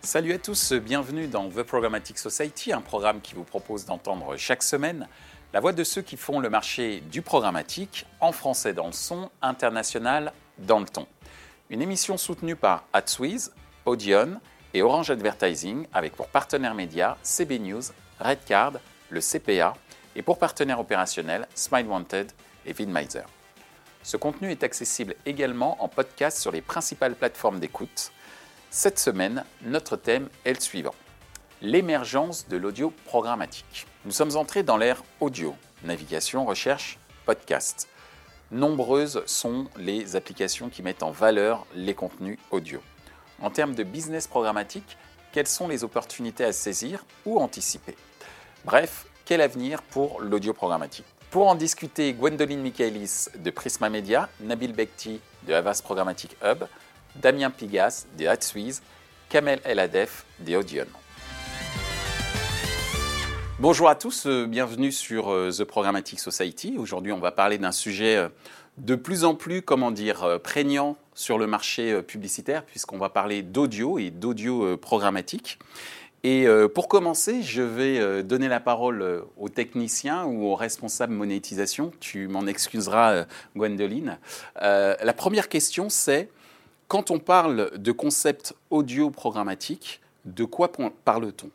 Salut à tous, bienvenue dans The Programmatic Society, un programme qui vous propose d'entendre chaque semaine la voix de ceux qui font le marché du programmatique, en français dans le son, international dans le ton. Une émission soutenue par AdsWiz, Audion et Orange Advertising, avec pour partenaires médias CB News, Redcard, le CPA, et pour partenaires opérationnels Smile Wanted et Vidmiser. Ce contenu est accessible également en podcast sur les principales plateformes d'écoute. Cette semaine, notre thème est le suivant: l'émergence de l'audio programmatique. Nous sommes entrés dans l'ère audio, navigation, recherche, podcast. Nombreuses sont les applications qui mettent en valeur les contenus audio. En termes de business programmatique, quelles sont les opportunités à saisir ou anticiper? Bref, quel avenir pour l'audio programmatique? Pour en discuter, Gwendoline Michaelis de Prisma Media, Nabil Bekti de Havas Programmatic Hub, Damien Pigas de AdsWiz, Kamel Eladef de Audion. Bonjour à tous, bienvenue sur The Programmatic Society. Aujourd'hui, on va parler d'un sujet de plus en plus, prégnant sur le marché publicitaire, puisqu'on va parler d'audio et d'audio programmatique. Et pour commencer, je vais donner la parole aux techniciens ou aux responsables monétisation. Tu m'en excuseras, Gwendoline. La première question, c'est: quand on parle de concept audio programmatique, de quoi parle-t-on?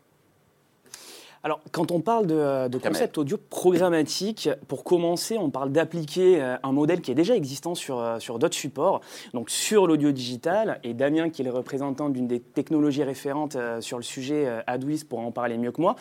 Alors, quand on parle de concept audio programmatique, pour commencer, on parle d'appliquer un modèle qui est déjà existant sur d'autres supports, donc sur l'audio digital. Et Damien, qui est le représentant d'une des technologies référentes sur le sujet, AdsWiz, pourra en parler mieux que moi.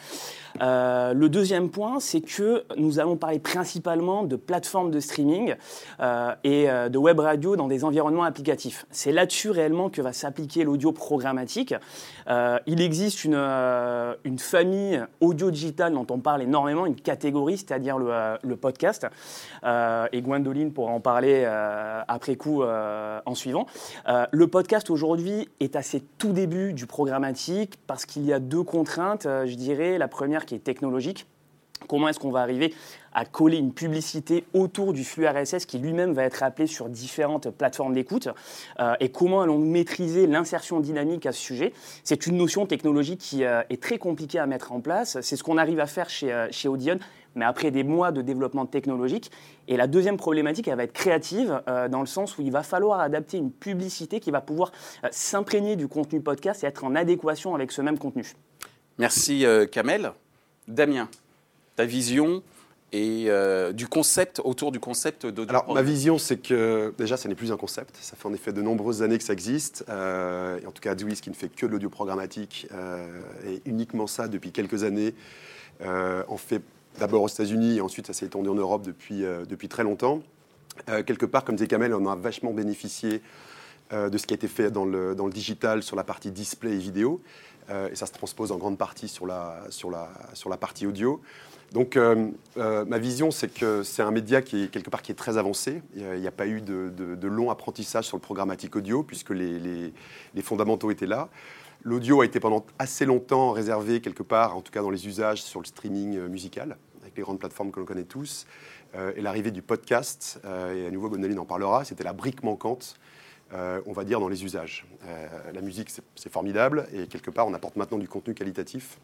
Le deuxième point, c'est que nous allons parler principalement de plateformes de streaming et de web radio dans des environnements applicatifs. C'est là-dessus réellement que va s'appliquer l'audio programmatique. Il existe une famille audio digital dont on parle énormément, une catégorie, c'est-à-dire le podcast. Et Gwendoline pourra en parler après coup en suivant. Le podcast aujourd'hui est à ses tout débuts du programmatique parce qu'il y a deux contraintes, je dirais. La première qui est technologique. Comment est-ce qu'on va arriver à coller une publicité autour du flux RSS qui lui-même va être appelé sur différentes plateformes d'écoute et comment allons-nous maîtriser l'insertion dynamique à ce sujet? C'est une notion technologique qui est très compliquée à mettre en place. C'est ce qu'on arrive à faire chez Audion, mais après des mois de développement technologique. Et la deuxième problématique, elle va être créative dans le sens où il va falloir adapter une publicité qui va pouvoir s'imprégner du contenu podcast et être en adéquation avec ce même contenu. Merci Kamel. Damien, ta vision et du concept, autour du concept d'audio. Alors, ma vision, c'est que déjà, ça n'est plus un concept. Ça fait en effet de nombreuses années que ça existe. Et en tout cas, AdsWiz, qui ne fait que de l'audio programmatique, et uniquement ça depuis quelques années, en fait d'abord aux États-Unis, et ensuite ça s'est étendu en Europe depuis très longtemps. Quelque part, comme disait Kamel, on a vachement bénéficié de ce qui a été fait dans le digital sur la partie display et vidéo. Et ça se transpose en grande partie sur la partie audio. Donc, ma vision, c'est que c'est un média qui est très avancé. Il n'y a pas eu de long apprentissage sur le programmatique audio, puisque les fondamentaux étaient là. L'audio a été pendant assez longtemps réservé, quelque part, en tout cas dans les usages, sur le streaming musical, avec les grandes plateformes que l'on connaît tous. Et l'arrivée du podcast, et à nouveau, Gwendoline en parlera, c'était la brique manquante, on va dire, dans les usages. La musique, c'est formidable, et quelque part, on apporte maintenant du contenu qualitatif.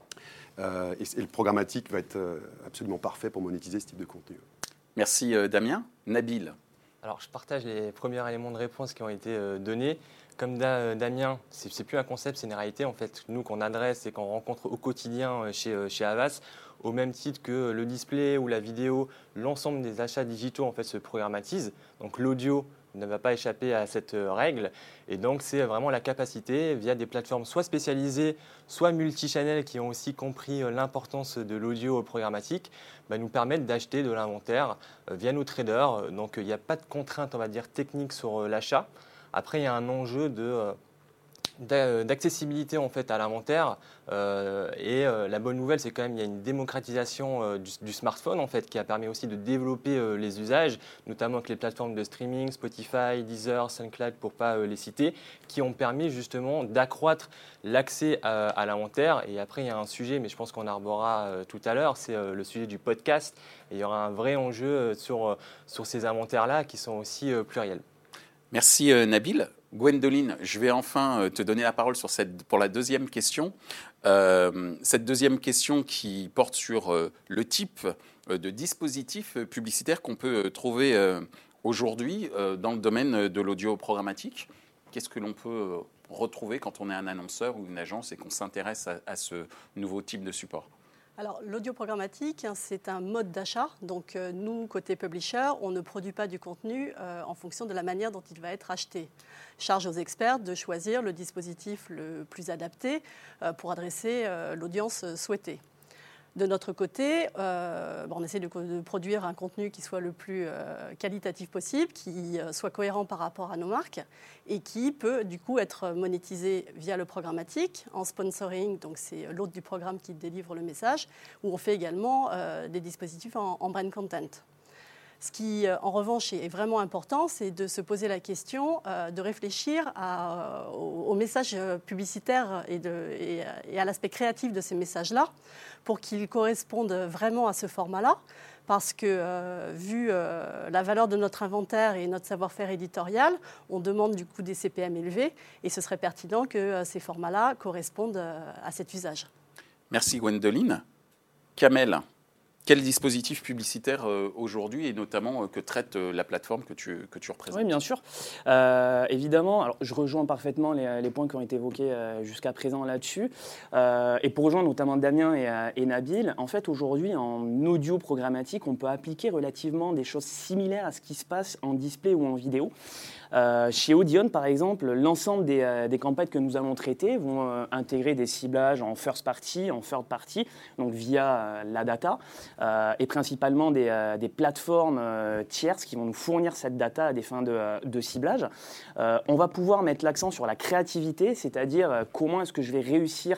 Et le programmatique va être absolument parfait pour monétiser ce type de contenu. Merci Damien. Nabil. Alors, je partage les premiers éléments de réponse qui ont été donnés. Comme Damien, c'est plus un concept, c'est une réalité en fait. Nous, qu'on adresse et qu'on rencontre au quotidien chez Havas, au même titre que le display ou la vidéo, l'ensemble des achats digitaux en fait se programmatisent. Donc, l'audio ne va pas échapper à cette règle. Et donc, c'est vraiment la capacité, via des plateformes soit spécialisées, soit multichannels qui ont aussi compris l'importance de l'audio programmatique, nous permettent d'acheter de l'inventaire via nos traders. Donc, il n'y a pas de contrainte, on va dire, technique sur l'achat. Après, il y a un enjeu d'accessibilité en fait à l'inventaire et la bonne nouvelle, c'est quand même il y a une démocratisation du smartphone en fait qui a permis aussi de développer les usages, notamment avec les plateformes de streaming, Spotify, Deezer, SoundCloud pour pas les citer, qui ont permis justement d'accroître l'accès à l'inventaire. Et après, il y a un sujet, mais je pense qu'on abordera tout à l'heure, c'est le sujet du podcast. Et il y aura un vrai enjeu sur ces inventaires-là qui sont aussi pluriels. Merci Nabil. Gwendoline, je vais enfin te donner la parole pour la deuxième question. Cette deuxième question qui porte sur le type de dispositif publicitaire qu'on peut trouver aujourd'hui dans le domaine de l'audio programmatique. Qu'est-ce que l'on peut retrouver quand on est un annonceur ou une agence et qu'on s'intéresse à ce nouveau type de support ? Alors, l'audio programmatique, c'est un mode d'achat. Donc, nous, côté publisher, on ne produit pas du contenu en fonction de la manière dont il va être acheté. Charge aux experts de choisir le dispositif le plus adapté pour adresser l'audience souhaitée. De notre côté, on essaie de produire un contenu qui soit le plus qualitatif possible, qui soit cohérent par rapport à nos marques et qui peut du coup être monétisé via le programmatique en sponsoring, donc c'est l'hôte du programme qui délivre le message, où on fait également des dispositifs en brand content. Ce qui, en revanche, est vraiment important, c'est de se poser la question, de réfléchir au message publicitaire et à l'aspect créatif de ces messages-là, pour qu'ils correspondent vraiment à ce format-là. Parce que, vu la valeur de notre inventaire et notre savoir-faire éditorial, on demande du coup des CPM élevés, et ce serait pertinent que ces formats-là correspondent à cet usage. Merci Gwendoline. Kamel, quel dispositif publicitaire aujourd'hui et notamment que traite la plateforme que tu représentes ? Oui, bien sûr. Évidemment, alors, je rejoins parfaitement les points qui ont été évoqués jusqu'à présent là-dessus. Et pour rejoindre notamment Damien et Nabil, en fait, aujourd'hui, en audio programmatique, on peut appliquer relativement des choses similaires à ce qui se passe en display ou en vidéo. Chez Audion, par exemple, l'ensemble des campagnes que nous allons traiter vont intégrer des ciblages en first party, en third party, donc via la data, et principalement des plateformes tierces qui vont nous fournir cette data à des fins de ciblage. On va pouvoir mettre l'accent sur la créativité, c'est-à-dire comment est-ce que je vais réussir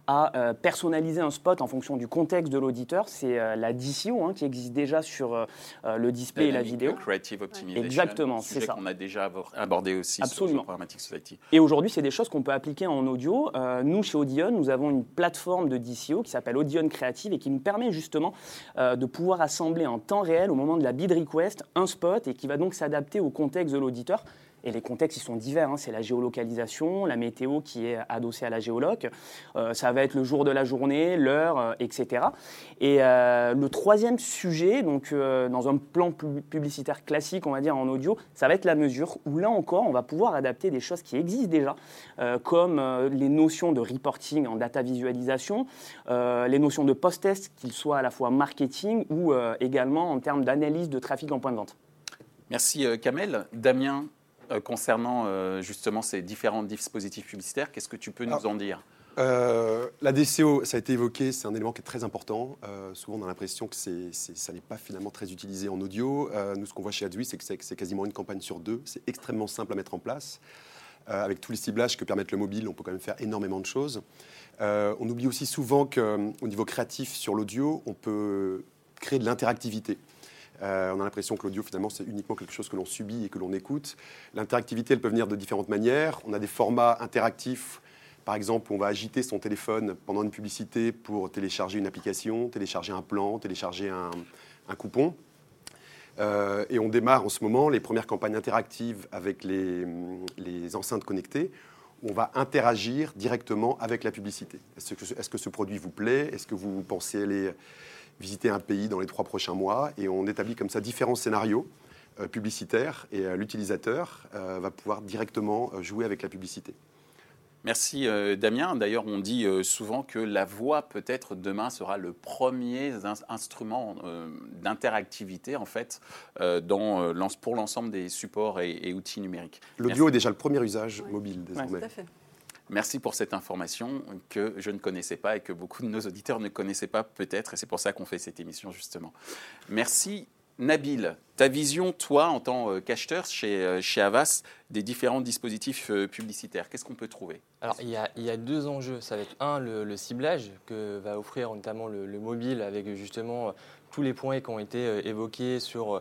à personnaliser un spot en fonction du contexte de l'auditeur. C'est la DCO qui existe déjà sur le display et la vidéo. Creative Optimization. Exactement, c'est ça. Qu'on a déjà abordé aussi. Absolument. Sur Programmatic Society. Et aujourd'hui, c'est des choses qu'on peut appliquer en audio. Nous, chez Audion, nous avons une plateforme de DCO qui s'appelle Audion Creative et qui nous permet justement de pouvoir assembler en temps réel, au moment de la bid request, un spot et qui va donc s'adapter au contexte de l'auditeur. Et les contextes, ils sont divers. C'est la géolocalisation, la météo qui est adossée à la géoloc. Ça va être le jour de la journée, l'heure, etc. Et le troisième sujet, donc dans un plan publicitaire classique, on va dire en audio, ça va être la mesure, où là encore, on va pouvoir adapter des choses qui existent déjà, comme les notions de reporting en data visualisation, les notions de post-test, qu'ils soient à la fois marketing ou également en termes d'analyse de trafic en point de vente. Merci Kamel. Damien, concernant justement ces différents dispositifs publicitaires, qu'est-ce que tu peux nous en dire ? La DCO, ça a été évoqué, c'est un élément qui est très important. Souvent, on a l'impression que ça n'est pas finalement très utilisé en audio. Nous, ce qu'on voit chez AdWeek, c'est que c'est quasiment une campagne sur deux. C'est extrêmement simple à mettre en place. Avec tous les ciblages que permettent le mobile, on peut quand même faire énormément de choses. On oublie aussi souvent qu'au niveau créatif sur l'audio, on peut créer de l'interactivité. On a l'impression que l'audio, finalement, c'est uniquement quelque chose que l'on subit et que l'on écoute. L'interactivité, elle peut venir de différentes manières. On a des formats interactifs. Par exemple, on va agiter son téléphone pendant une publicité pour télécharger une application, télécharger un plan, télécharger un coupon. Et on démarre en ce moment les premières campagnes interactives avec les enceintes connectées. On va interagir directement avec la publicité. Est-ce que ce produit vous plaît ? Est-ce que vous pensez aller visiter un pays dans les 3 prochains mois, et on établit comme ça différents scénarios publicitaires, et l'utilisateur va pouvoir directement jouer avec la publicité. Merci Damien. D'ailleurs, on dit souvent que la voix, peut-être, demain, sera le premier instrument d'interactivité, en fait, pour l'ensemble des supports et outils numériques. L'audio est déjà le premier usage mobile, désormais. Ouais, tout à fait. Merci pour cette information que je ne connaissais pas et que beaucoup de nos auditeurs ne connaissaient pas peut-être, et c'est pour ça qu'on fait cette émission justement. Merci Nabil. Ta vision, toi, en tant qu'acheteur chez Havas, des différents dispositifs publicitaires, qu'est-ce qu'on peut trouver ? Alors, il y a 2 enjeux. Ça va être le ciblage que va offrir notamment le mobile avec justement tous les points qui ont été évoqués sur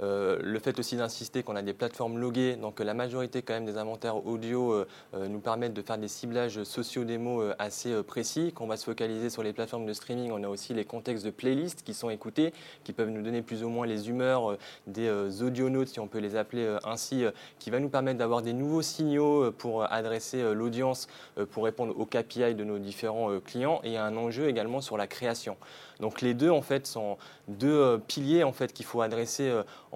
le fait aussi d'insister qu'on a des plateformes loguées, donc la majorité quand même des inventaires audio nous permettent de faire des ciblages socio-démo assez précis, qu'on va se focaliser sur les plateformes de streaming. On a aussi les contextes de playlists qui sont écoutés, qui peuvent nous donner plus ou moins les humeurs des audionautes, si on peut les appeler ainsi, qui va nous permettre d'avoir des nouveaux signaux pour adresser l'audience, pour répondre aux KPI de nos différents clients. Et il y a un enjeu également sur la création. Donc les deux en fait sont deux piliers en fait qu'il faut adresser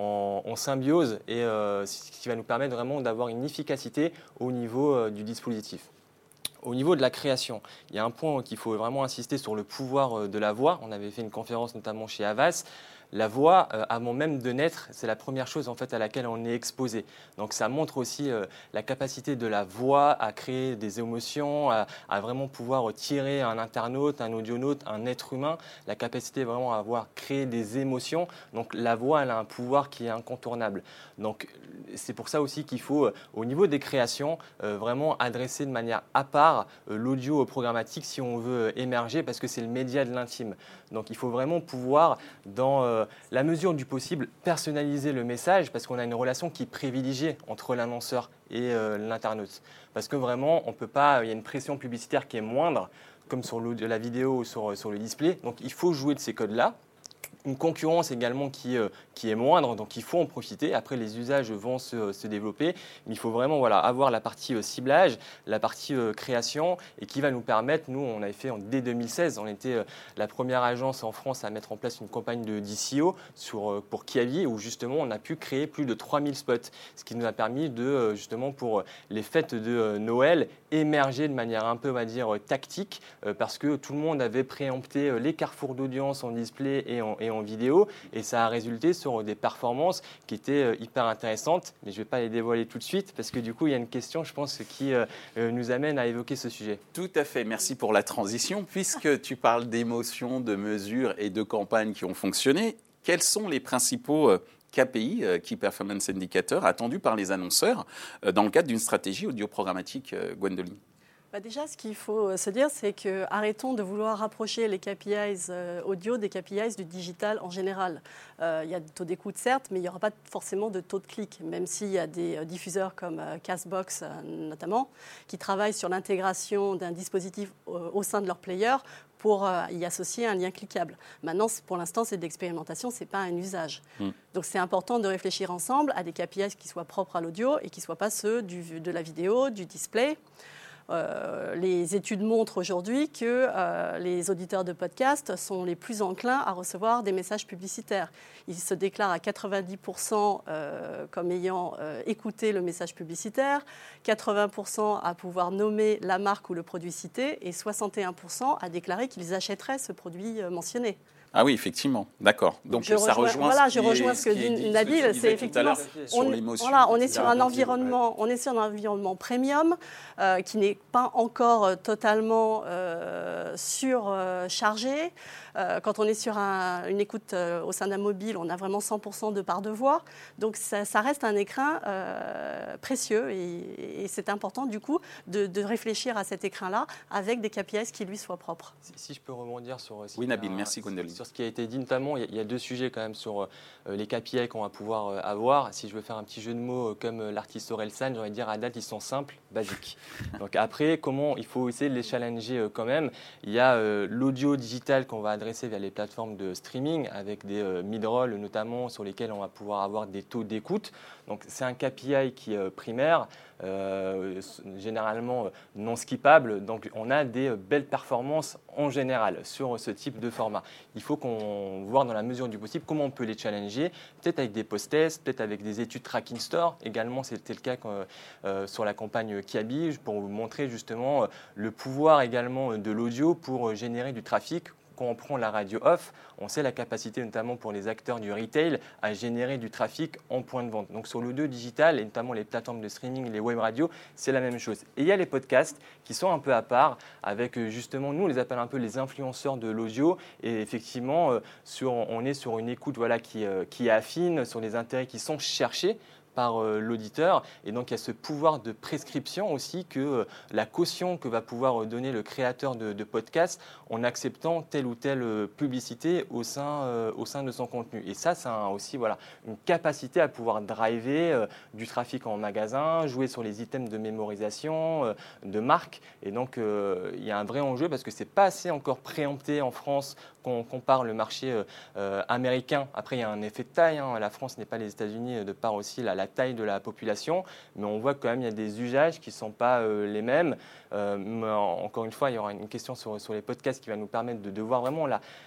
en symbiose et ce qui va nous permettre vraiment d'avoir une efficacité au niveau du dispositif. Au niveau de la création, il y a un point qu'il faut vraiment insister sur le pouvoir de la voix. On avait fait une conférence notamment chez Havas. La voix, avant même de naître, c'est la première chose en fait à laquelle on est exposé. Donc ça montre aussi la capacité de la voix à créer des émotions, à vraiment pouvoir tirer un internaute, un audionaute, un être humain, la capacité vraiment à avoir créé des émotions. Donc la voix, elle a un pouvoir qui est incontournable. Donc c'est pour ça aussi qu'il faut, au niveau des créations, vraiment adresser de manière à part l'audio programmatique si on veut émerger, parce que c'est le média de l'intime. Donc il faut vraiment pouvoir, dans la mesure du possible, personnaliser le message, parce qu'on a une relation qui est privilégiée entre l'annonceur et l'internaute. Parce que vraiment, on peut pas, il y a une pression publicitaire qui est moindre, comme sur la vidéo ou sur le display. Donc il faut jouer de ces codes-là. Une concurrence également qui est moindre, donc il faut en profiter. Après, les usages vont se développer, mais il faut vraiment avoir la partie ciblage, la partie création, et qui va nous permettre, nous, on avait fait dès 2016, on était la première agence en France à mettre en place une campagne de DCO pour Kiavi, où justement on a pu créer plus de 3000 spots, ce qui nous a permis de, justement pour les fêtes de Noël, émerger de manière un peu, on va dire, tactique, parce que tout le monde avait préempté les carrefours d'audience en display et en vidéo, et ça a résulté sur des performances qui étaient hyper intéressantes, mais je ne vais pas les dévoiler tout de suite, parce que du coup, il y a une question, je pense, qui nous amène à évoquer ce sujet. Tout à fait, merci pour la transition. Puisque tu parles d'émotions, de mesures et de campagnes qui ont fonctionné, quels sont les principaux KPI, Key Performance Indicators, attendus par les annonceurs dans le cadre d'une stratégie audio programmatique, Gwendoline? Déjà, ce qu'il faut se dire, c'est que arrêtons de vouloir rapprocher les KPIs audio des KPIs du digital en général. Il y a des taux d'écoute, certes, mais il n'y aura pas forcément de taux de clic, même s'il y a des diffuseurs comme Castbox notamment, qui travaillent sur l'intégration d'un dispositif au sein de leur player pour y associer un lien cliquable. Maintenant, pour l'instant, c'est de l'expérimentation, ce n'est pas un usage. Donc, c'est important de réfléchir ensemble à des KPIs qui soient propres à l'audio et qui ne soient pas ceux de la vidéo, du display. Les études montrent aujourd'hui que les auditeurs de podcasts sont les plus enclins à recevoir des messages publicitaires. Ils se déclarent à 90% comme ayant écouté le message publicitaire, 80% à pouvoir nommer la marque ou le produit cité et 61% à déclarer qu'ils achèteraient ce produit mentionné. Ah oui, effectivement, d'accord. Donc ça rejoint ce que dit Nabil, c'est effectivement on est sur un environnement premium qui n'est pas encore totalement surchargé. Quand on est sur une écoute au sein d'un mobile, on a vraiment 100% de part de voix. Donc ça reste un écrin précieux et c'est important du coup de réfléchir à cet écrin-là avec des KPIs qui lui soient propres. Si je peux rebondir sur Nabil, merci Gwendoline. Sur ce qui a été dit notamment, il y a deux sujets quand même sur les KPI qu'on va pouvoir avoir. Si je veux faire un petit jeu de mots comme l'artiste Orelsan, j'ai envie de dire à date ils sont simples, basiques. Donc après, comment il faut essayer de les challenger quand même. Il y a l'audio digital qu'on va adresser via les plateformes de streaming avec des mid-roll notamment sur lesquels on va pouvoir avoir des taux d'écoute. Donc c'est un KPI qui est primaire, généralement non skippable. Donc on a des belles performances en général sur ce type de format. Il faut qu'on voit dans la mesure du possible comment on peut les challenger, peut-être avec des post-tests, peut-être avec des études tracking store. Également, c'était le cas sur la campagne Kiabi pour vous montrer justement le pouvoir également de l'audio pour générer du trafic. Quand on prend la radio off, on sait la capacité notamment pour les acteurs du retail à générer du trafic en point de vente. Donc sur l'audio digital et notamment les plateformes de streaming et les web radios, c'est la même chose. Et il y a les podcasts qui sont un peu à part avec justement, nous on les appelle un peu les influenceurs de l'audio et effectivement on est sur une écoute qui est affine, sur des intérêts qui sont cherchés. par l'auditeur. Et donc, il y a ce pouvoir de prescription aussi que la caution que va pouvoir donner le créateur de podcast en acceptant telle ou telle publicité au sein de son contenu. Et ça a aussi une capacité à pouvoir driver du trafic en magasin, jouer sur les items de mémorisation, de marque. Et donc, il y a un vrai enjeu parce que ce n'est pas assez encore préempté en France quand on compare le marché américain. Après, il y a un effet de taille. La France n'est pas les États-Unis de par aussi la taille de la population, mais on voit quand même il y a des usages qui ne sont pas les mêmes. Encore une fois, il y aura une question sur les podcasts qui va nous permettre de voir vraiment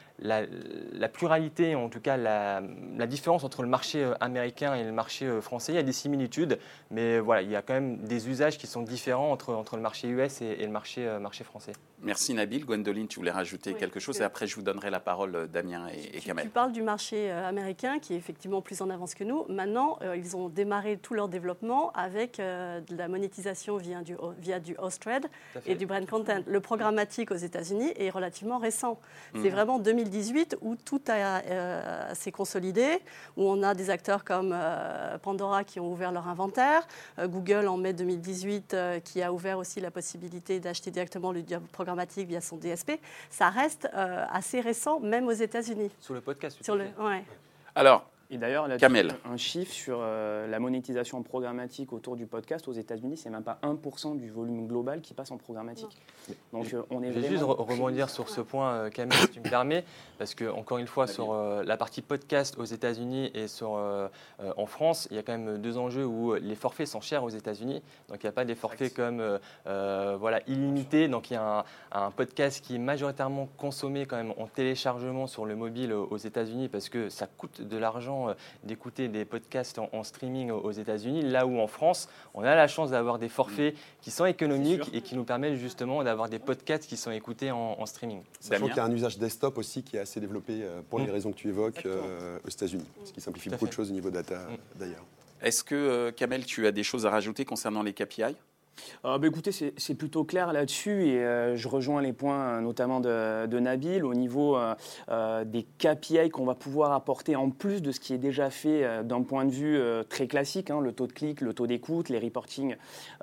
la pluralité, en tout cas la différence entre le marché américain et le marché français. Il y a des similitudes, mais il y a quand même des usages qui sont différents entre le marché US et le marché français. Merci Nabil. Gwendoline, tu voulais rajouter quelque chose et après je vous donnerai la parole, Damien et Kamel. Tu parles du marché américain qui est effectivement plus en avance que nous. Maintenant, ils ont démarré tout leur développement avec de la monétisation via du host thread et du brand content. Le programmatique aux États-Unis est relativement récent. C'est vraiment 2018 où tout s'est consolidé, où on a des acteurs comme Pandora qui ont ouvert leur inventaire, Google en mai 2018 qui a ouvert aussi la possibilité d'acheter directement le programmatique via son DSP. Ça reste assez récent, même aux États-Unis. Sur le podcast. Ouais. Alors, et d'ailleurs, Kamel. Un chiffre sur la monétisation programmatique autour du podcast aux États-Unis, c'est même pas 1% du volume global qui passe en programmatique. Donc, on est Je vais juste rebondir sur ce point, Kamel, si tu me permets, parce que encore une fois, sur la partie podcast aux États-Unis et en France, il y a quand même deux enjeux où les forfaits sont chers aux États-Unis. Donc, il n'y a pas des forfaits comme illimités. Donc, il y a un podcast qui est majoritairement consommé quand même en téléchargement sur le mobile aux États-Unis parce que ça coûte de l'argent d'écouter des podcasts en streaming aux États-Unis, là où en France, on a la chance d'avoir des forfaits qui sont économiques et qui nous permettent justement d'avoir des podcasts qui sont écoutés en streaming. Sachant qu'il y a un usage desktop aussi qui est assez développé pour les raisons que tu évoques aux États-Unis, ce qui simplifie beaucoup de choses au niveau data d'ailleurs. Est-ce que, Kamel, tu as des choses à rajouter concernant les KPI ? Écoutez, c'est plutôt clair là-dessus et je rejoins les points notamment de Nabil au niveau des KPI qu'on va pouvoir apporter en plus de ce qui est déjà fait d'un point de vue très classique, le taux de clic, le taux d'écoute, les reportings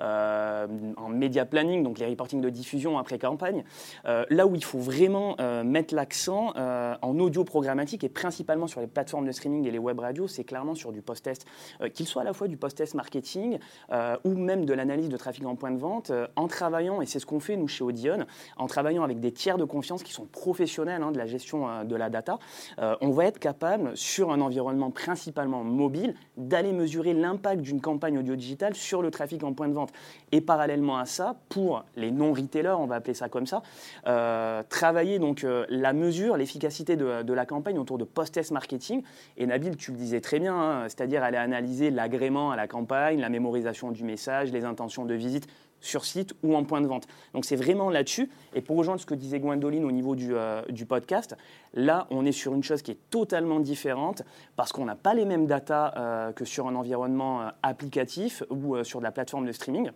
en media planning, donc les reportings de diffusion après campagne. Là où il faut vraiment mettre l'accent en audio programmatique et principalement sur les plateformes de streaming et les web radios, c'est clairement sur du post-test, qu'il soit à la fois du post-test marketing ou même de l'analyse de trafic en point de vente, en travaillant, et c'est ce qu'on fait nous chez Audion, en travaillant avec des tiers de confiance qui sont professionnels de la gestion de la data, on va être capable, sur un environnement principalement mobile, d'aller mesurer l'impact d'une campagne audio digitale sur le trafic en point de vente. Et parallèlement à ça, pour les non-retailers, on va appeler ça comme ça, travailler donc la mesure, l'efficacité de la campagne autour de post-test marketing. Et Nabil, tu le disais très bien, c'est-à-dire aller analyser l'agrément à la campagne, la mémorisation du message, les intentions de visite sur site ou en point de vente. Donc c'est vraiment là-dessus. Et pour rejoindre ce que disait Gwendoline au niveau du podcast, là on est sur une chose qui est totalement différente parce qu'on n'a pas les mêmes datas que sur un environnement applicatif ou sur de la plateforme de streaming.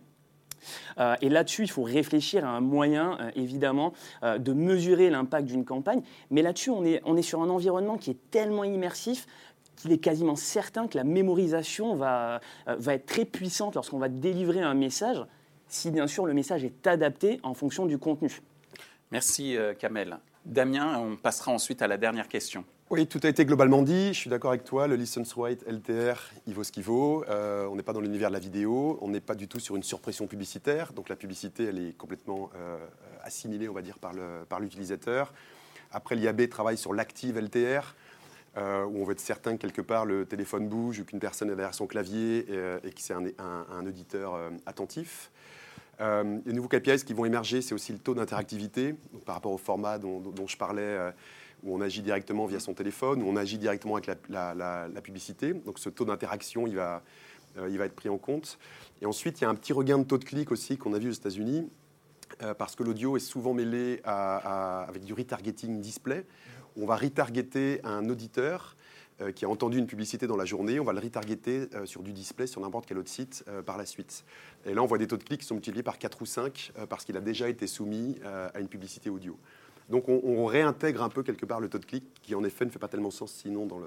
Et là-dessus, il faut réfléchir à un moyen, évidemment, de mesurer l'impact d'une campagne. Mais là-dessus, on est sur un environnement qui est tellement immersif qu'il est quasiment certain que la mémorisation va être très puissante lorsqu'on va délivrer un message, si bien sûr le message est adapté en fonction du contenu. Merci Kamel. Damien, on passera ensuite à la dernière question. Oui, tout a été globalement dit. Je suis d'accord avec toi. Le license rate LTR, il vaut ce qu'il vaut. On n'est pas dans l'univers de la vidéo. On n'est pas du tout sur une surpression publicitaire. Donc la publicité, elle est complètement assimilée, on va dire, par l'utilisateur. Après, l'IAB travaille sur l'active LTR, où on veut être certain que quelque part le téléphone bouge ou qu'une personne est derrière son clavier et que c'est un auditeur attentif. Les nouveaux KPIs qui vont émerger, c'est aussi le taux d'interactivité, donc par rapport au format dont je parlais, où on agit directement via son téléphone, où on agit directement avec la publicité. Donc ce taux d'interaction, il va être pris en compte. Et ensuite, il y a un petit regain de taux de clic aussi qu'on a vu aux États-Unis, parce que l'audio est souvent mêlé avec du retargeting display. On va retargeter un auditeur qui a entendu une publicité dans la journée, on va le retargeter sur du display sur n'importe quel autre site par la suite. Et là, on voit des taux de clics qui sont multipliés par 4 ou 5 parce qu'il a déjà été soumis à une publicité audio. Donc, on réintègre un peu quelque part le taux de clic qui, en effet, ne fait pas tellement sens sinon dans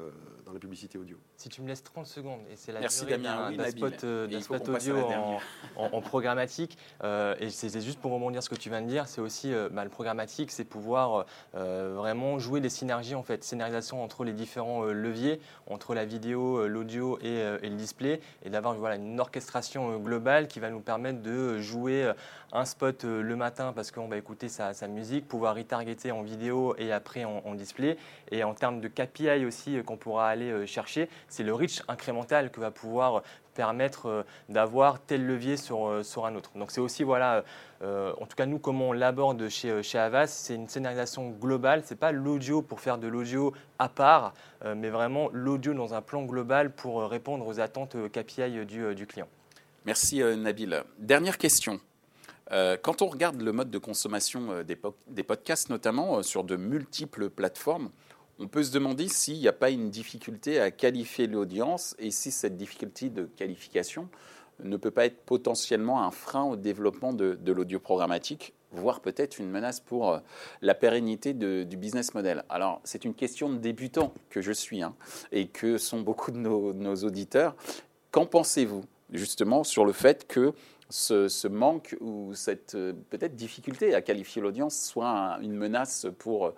dans la publicité audio. Si tu me laisses 30 secondes, et c'est la Merci, durée Damien. d'un spot audio en programmatique, et c'est juste pour rebondir ce que tu viens de dire, c'est aussi le programmatique, c'est pouvoir vraiment jouer des synergies, en fait, scénarisation entre les différents leviers, entre la vidéo, l'audio et le display, et d'avoir une orchestration globale qui va nous permettre de jouer un spot le matin parce qu'on va écouter sa musique, pouvoir retargeter en vidéo et après en display. Et en termes de KPI aussi qu'on pourra aller chercher, c'est le reach incrémental que va pouvoir permettre d'avoir tel levier sur un autre. Donc c'est aussi, en tout cas nous, comment on l'aborde chez Havas, c'est une scénarisation globale. Ce n'est pas l'audio pour faire de l'audio à part, mais vraiment l'audio dans un plan global pour répondre aux attentes KPI du client. Merci Nabil. Dernière question. Quand on regarde le mode de consommation des podcasts, notamment sur de multiples plateformes, on peut se demander s'il n'y a pas une difficulté à qualifier l'audience et si cette difficulté de qualification ne peut pas être potentiellement un frein au développement de l'audio programmatique, voire peut-être une menace pour la pérennité du business model. Alors, c'est une question de débutant que je suis et que sont beaucoup de nos auditeurs. Qu'en pensez-vous, justement, sur le fait que ce manque ou cette peut-être difficulté à qualifier l'audience soit une menace pour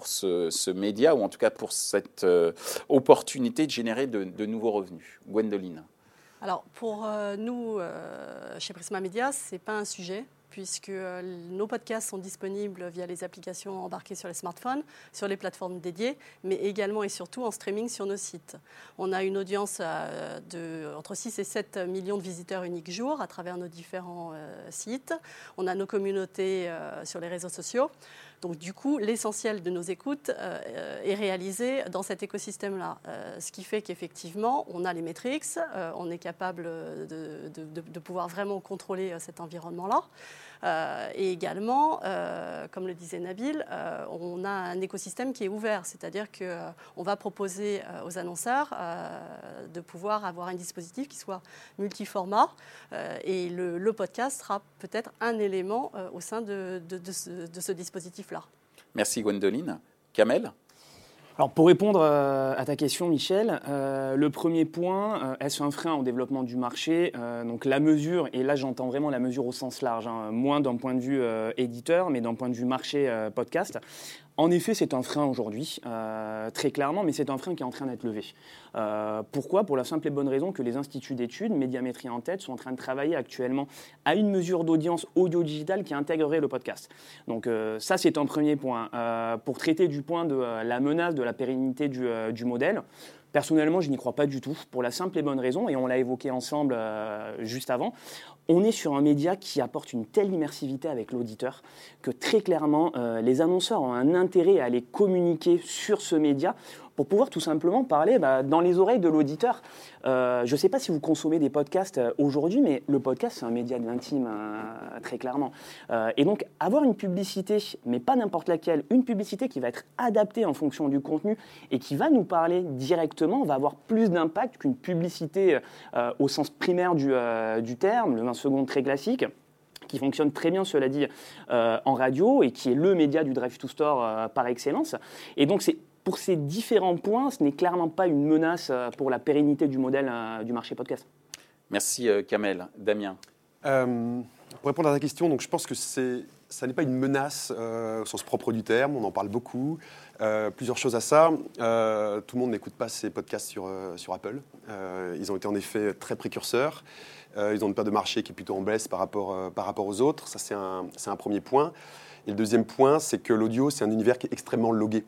ce média, ou en tout cas pour cette opportunité de générer de nouveaux revenus? Gwendoline. Alors pour nous, chez Prisma Media, ce n'est pas un sujet, puisque nos podcasts sont disponibles via les applications embarquées sur les smartphones, sur les plateformes dédiées, mais également et surtout en streaming sur nos sites. On a une audience entre 6 et 7 millions de visiteurs uniques jour à travers nos différents sites. On a nos communautés sur les réseaux sociaux. Donc du coup, l'essentiel de nos écoutes est réalisé dans cet écosystème-là. Ce qui fait qu'effectivement, on a les métriques, on est capable de pouvoir vraiment contrôler cet environnement-là. Et également, comme le disait Nabil, on a un écosystème qui est ouvert, c'est-à-dire qu'on va proposer aux annonceurs de pouvoir avoir un dispositif qui soit multiformat, et le podcast sera peut-être un élément au sein de ce dispositif-là. Merci Gwendoline. Kamel ? Alors pour répondre à ta question, Michel, le premier point, est-ce un frein au développement du marché? Donc la mesure, et là j'entends vraiment la mesure au sens large, moins d'un point de vue éditeur, mais d'un point de vue marché podcast. En effet, c'est un frein aujourd'hui, très clairement, mais c'est un frein qui est en train d'être levé. Pourquoi ? Pour la simple et bonne raison que les instituts d'études, Médiamétrie en tête, sont en train de travailler actuellement à une mesure d'audience audio-digitale qui intégrerait le podcast. Donc ça, c'est un premier point. Pour traiter du point de la menace de la pérennité du modèle, personnellement, je n'y crois pas du tout, pour la simple et bonne raison, et on l'a évoqué ensemble juste avant, on est sur un média qui apporte une telle immersivité avec l'auditeur que très clairement, les annonceurs ont un intérêt à aller communiquer sur ce média pour pouvoir tout simplement parler dans les oreilles de l'auditeur. Je ne sais pas si vous consommez des podcasts aujourd'hui, mais le podcast, c'est un média de l'intime, très clairement. Et donc, avoir une publicité, mais pas n'importe laquelle, une publicité qui va être adaptée en fonction du contenu et qui va nous parler directement, va avoir plus d'impact qu'une publicité au sens primaire du terme, le 20 secondes très classique, qui fonctionne très bien, cela dit, en radio et qui est le média du Drive to Store par excellence. Et donc, pour ces différents points, ce n'est clairement pas une menace pour la pérennité du modèle du marché podcast. Merci Kamel. Damien. Pour répondre à ta question, donc je pense que ça n'est pas une menace au sens propre du terme, on en parle beaucoup. Plusieurs choses à ça. Tout le monde n'écoute pas ces podcasts sur Apple. Ils ont été en effet très précurseurs. Ils ont une part de marché qui est plutôt en baisse par rapport aux autres. Ça, c'est un premier point. Et le deuxième point, c'est que l'audio, c'est un univers qui est extrêmement logué.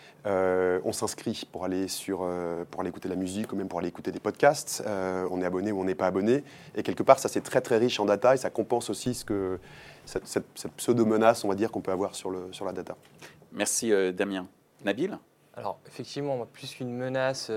On s'inscrit pour aller écouter la musique ou même pour aller écouter des podcasts. On est abonné ou on n'est pas abonné. Et quelque part, ça c'est très très riche en data et ça compense aussi cette pseudo-menace, on va dire, qu'on peut avoir sur la data. Merci Damien. Nabil ? Alors effectivement, plus qu'une menace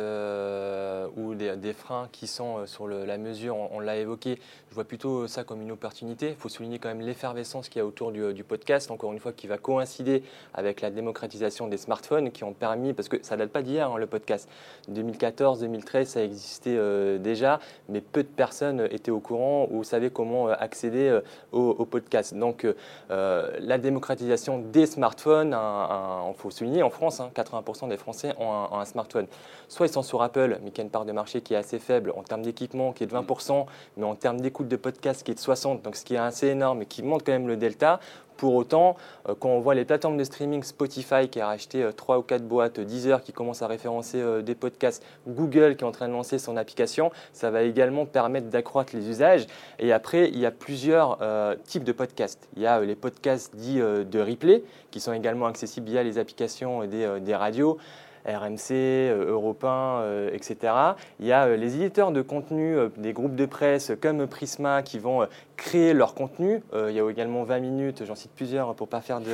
ou des freins qui sont sur la mesure, on l'a évoqué, je vois plutôt ça comme une opportunité. Il faut souligner quand même l'effervescence qu'il y a autour du podcast, encore une fois, qui va coïncider avec la démocratisation des smartphones qui ont permis, parce que ça ne date pas d'hier, le podcast. 2014, 2013, ça existait déjà, mais peu de personnes étaient au courant ou savaient comment accéder au podcast. Donc la démocratisation des smartphones, il faut souligner en France, 80% des Français ont un smartphone. Soit ils sont sur Apple, mais qui a une part de marché qui est assez faible en termes d'équipement, qui est de 20%, mais en termes d'écoute de podcast qui est de 60%, donc ce qui est assez énorme et qui montre quand même le delta. Pour autant, quand on voit les plateformes de streaming, Spotify qui a racheté 3 ou 4 boîtes, Deezer qui commence à référencer des podcasts, Google qui est en train de lancer son application, ça va également permettre d'accroître les usages. Et après, il y a plusieurs types de podcasts. Il y a les podcasts dits de replay qui sont également accessibles via les applications des radios. RMC, Europe 1, etc. Il y a les éditeurs de contenu, des groupes de presse comme Prisma qui vont créer leur contenu. Il y a également 20 minutes, j'en cite plusieurs pour ne pas faire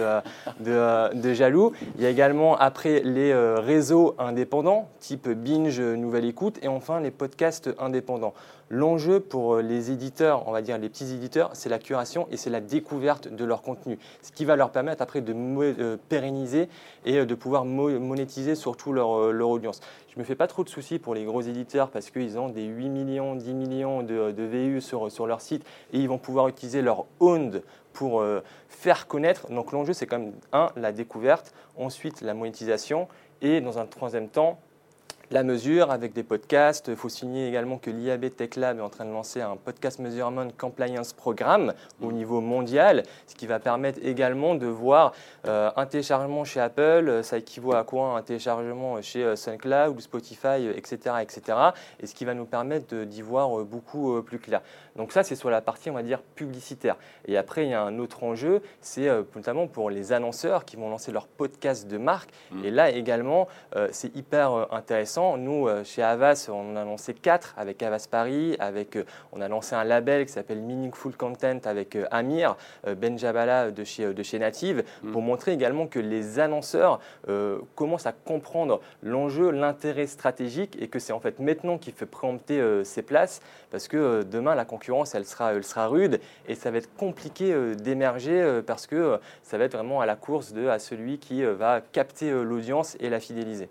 de jaloux. Il y a également après les réseaux indépendants, type Binge, Nouvelle Écoute, et enfin les podcasts indépendants. L'enjeu pour les éditeurs, on va dire les petits éditeurs, c'est la curation et c'est la découverte de leur contenu. Ce qui va leur permettre après de pérenniser et de pouvoir monétiser surtout leur audience. Je ne me fais pas trop de soucis pour les gros éditeurs parce qu'ils ont des 8 millions, 10 millions de VU sur leur site et ils vont pouvoir utiliser leur owned pour faire connaître. Donc l'enjeu, c'est quand même, la découverte, ensuite la monétisation et dans un troisième temps, la mesure avec des podcasts. Il faut signer également que l'IAB Tech Lab est en train de lancer un Podcast Measurement Compliance Programme au niveau mondial, ce qui va permettre également de voir un téléchargement chez Apple, ça équivaut à quoi un téléchargement chez SoundCloud ou Spotify, etc., etc. Et ce qui va nous permettre d'y voir beaucoup plus clair. Donc ça, c'est sur la partie, on va dire, publicitaire. Et après, il y a un autre enjeu, c'est notamment pour les annonceurs qui vont lancer leur podcast de marque. Et là également, c'est hyper intéressant. Nous, chez Havas, on en a lancé 4 avec Havas Paris. On a lancé un label qui s'appelle Meaningful Content avec Amir Benjabala de chez Native pour montrer également que les annonceurs commencent à comprendre l'enjeu, l'intérêt stratégique et que c'est en fait maintenant qu'il faut préempter ses places parce que demain, la concurrence, elle sera rude et ça va être compliqué d'émerger parce que ça va être vraiment à la course à celui qui va capter l'audience et la fidéliser.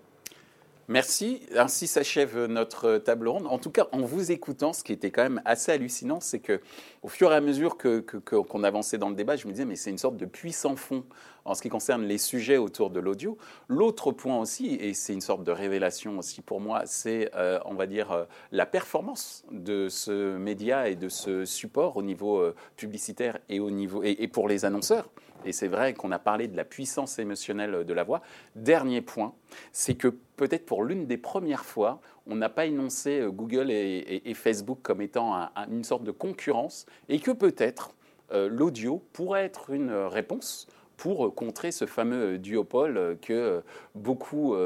Merci. Ainsi s'achève notre table ronde. En tout cas, en vous écoutant, ce qui était quand même assez hallucinant, c'est qu'au fur et à mesure qu'on avançait dans le débat, je me disais, mais c'est une sorte de puits sans fond en ce qui concerne les sujets autour de l'audio. L'autre point aussi, et c'est une sorte de révélation aussi pour moi, c'est, on va dire, la performance de ce média et de ce support au niveau publicitaire et pour les annonceurs. Et c'est vrai qu'on a parlé de la puissance émotionnelle de la voix. Dernier point, c'est que peut-être pour l'une des premières fois, on n'a pas énoncé Google et Facebook comme étant une sorte de concurrence et que peut-être l'audio pourrait être une réponse pour contrer ce fameux duopole que beaucoup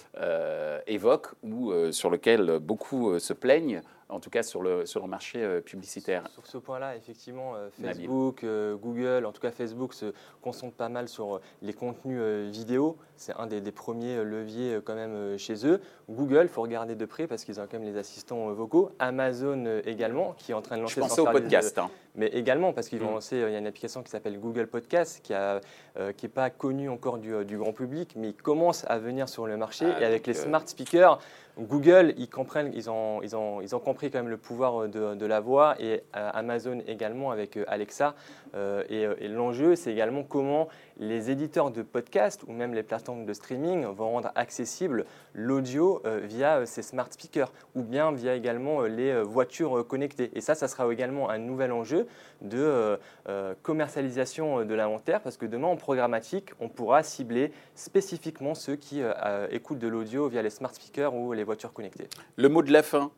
évoquent ou sur lequel beaucoup se plaignent, en tout cas sur le marché publicitaire. Sur ce point-là, effectivement, Facebook, Google, en tout cas Facebook se concentre pas mal sur les contenus vidéo. C'est un des premiers leviers quand même chez eux. Google, il faut regarder de près parce qu'ils ont quand même les assistants vocaux. Amazon également, qui est en train de lancer son service. Je pensais au podcast. Mais également parce qu'ils vont lancer, il y a une application qui s'appelle Google Podcast qui n'est pas connue encore du grand public, mais ils commencent à venir sur le marché. Et avec les smart speakers, Google, ils ont compris quand même le pouvoir de la voix et Amazon également avec Alexa. Et l'enjeu, c'est également comment les éditeurs de podcasts ou même les plateformes de streaming vont rendre accessible l'audio via ces smart speakers ou bien via également les voitures connectées. Et ça sera également un nouvel enjeu de commercialisation de l'inventaire parce que demain, en programmatique, on pourra cibler spécifiquement ceux qui écoutent de l'audio via les smart speakers ou les voitures connectées. Le mot de la fin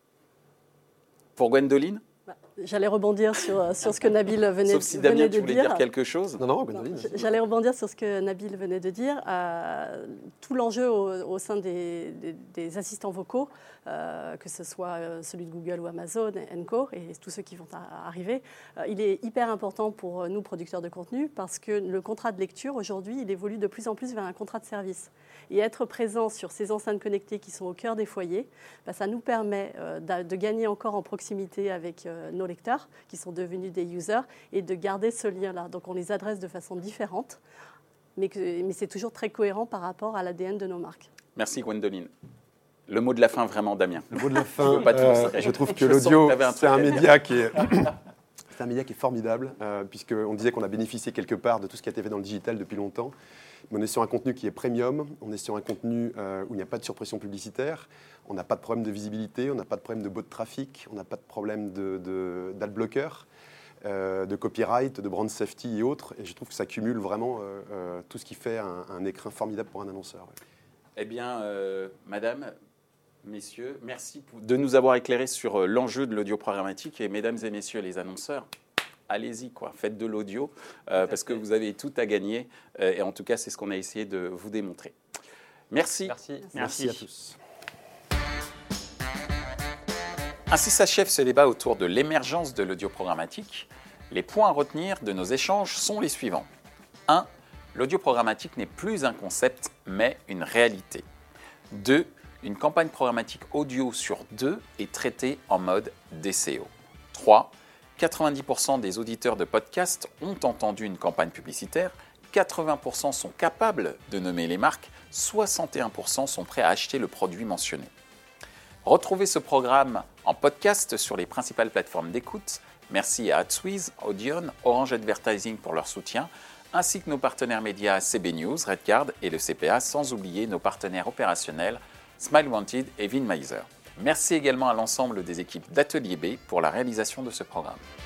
pour Gwendoline ? J'allais rebondir sur ce que Nabil venait de dire. Sauf si Damien, tu voulais dire quelque chose. Non, Gwendoline. J'allais rebondir sur ce que Nabil venait de dire. Tout l'enjeu au sein des assistants vocaux, que ce soit celui de Google ou Amazon, Co. et tous ceux qui vont arriver, il est hyper important pour nous, producteurs de contenu, parce que le contrat de lecture, aujourd'hui, il évolue de plus en plus vers un contrat de service. Et être présent sur ces enceintes connectées qui sont au cœur des foyers, ça nous permet de gagner encore en proximité avec nos lecteurs, qui sont devenus des users, et de garder ce lien-là. Donc on les adresse de façon différente, mais c'est toujours très cohérent par rapport à l'ADN de nos marques. Merci Gwendoline. Le mot de la fin, vraiment, Damien. Le mot de la fin, je trouve que l'audio, c'est un média qui est C'est un média qui est formidable, puisqu'on disait qu'on a bénéficié quelque part de tout ce qui a été fait dans le digital depuis longtemps. Mais on est sur un contenu qui est premium, on est sur un contenu où il n'y a pas de surpression publicitaire, on n'a pas de problème de visibilité, on n'a pas de problème de bot de trafic, on n'a pas de problème d'adblocker, de copyright, de brand safety et autres. Et je trouve que ça cumule vraiment tout ce qui fait un écrin formidable pour un annonceur. Ouais. Eh bien, madame, messieurs, merci de nous avoir éclairés sur l'enjeu de l'audio programmatique. Et mesdames et messieurs les annonceurs, allez-y, faites de l'audio, parce que vous avez tout à gagner. Et en tout cas, c'est ce qu'on a essayé de vous démontrer. Merci. Merci à tous. Ainsi s'achève ce débat autour de l'émergence de l'audio programmatique. Les points à retenir de nos échanges sont les suivants. 1. L'audio programmatique n'est plus un concept, mais une réalité. 2. Une campagne programmatique audio sur 2 est traitée en mode DCO. 3. 90% des auditeurs de podcasts ont entendu une campagne publicitaire, 80% sont capables de nommer les marques, 61% sont prêts à acheter le produit mentionné. Retrouvez ce programme en podcast sur les principales plateformes d'écoute. Merci à AdsWiz, Audion, Orange Advertising pour leur soutien, ainsi que nos partenaires médias CB News, Redcard et le CPA, sans oublier nos partenaires opérationnels Smile Wanted et Vinmeiser. Merci également à l'ensemble des équipes d'Atelier B pour la réalisation de ce programme.